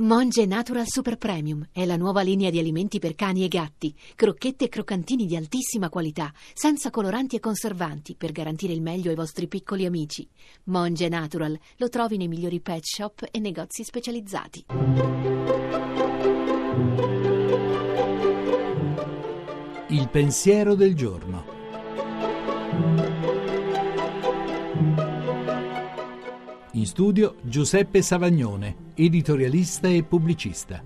Monge Natural Super Premium è la nuova linea di alimenti per cani e gatti, crocchette e croccantini di altissima qualità, senza coloranti e conservanti, per garantire il meglio ai vostri piccoli amici. Monge Natural lo trovi nei migliori pet shop e negozi specializzati. Il pensiero del giorno. In studio Giuseppe Savagnone, editorialista e pubblicista.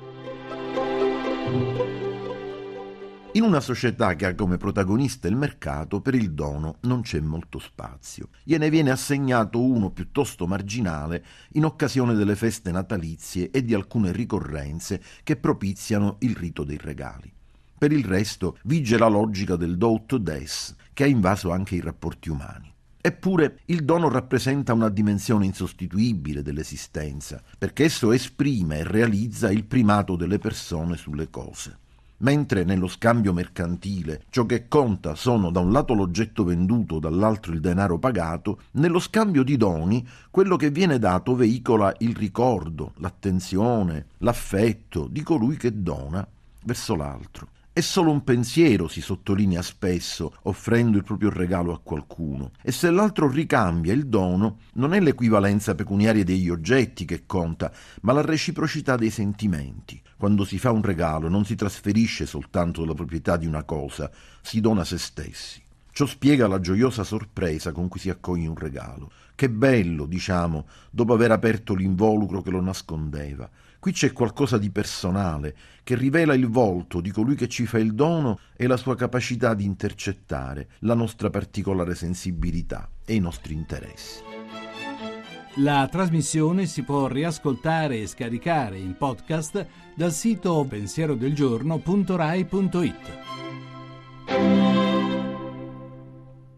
In una società che ha come protagonista il mercato, per il dono non c'è molto spazio. Gliene viene assegnato uno piuttosto marginale in occasione delle feste natalizie e di alcune ricorrenze che propiziano il rito dei regali. Per il resto vige la logica del do ut des, che ha invaso anche i rapporti umani. Eppure il dono rappresenta una dimensione insostituibile dell'esistenza, perché esso esprime e realizza il primato delle persone sulle cose. Mentre nello scambio mercantile ciò che conta sono da un lato l'oggetto venduto, dall'altro il denaro pagato, nello scambio di doni quello che viene dato veicola il ricordo, l'attenzione, l'affetto di colui che dona verso l'altro. È solo un pensiero, si sottolinea spesso, offrendo il proprio regalo a qualcuno. E se l'altro ricambia il dono, non è l'equivalenza pecuniaria degli oggetti che conta, ma la reciprocità dei sentimenti. Quando si fa un regalo non si trasferisce soltanto la proprietà di una cosa, si dona se stessi. Ciò spiega la gioiosa sorpresa con cui si accoglie un regalo. Che bello, diciamo, dopo aver aperto l'involucro che lo nascondeva. Qui c'è qualcosa di personale, che rivela il volto di colui che ci fa il dono e la sua capacità di intercettare la nostra particolare sensibilità e i nostri interessi. La trasmissione si può riascoltare e scaricare in podcast dal sito pensierodelgiorno.rai.it.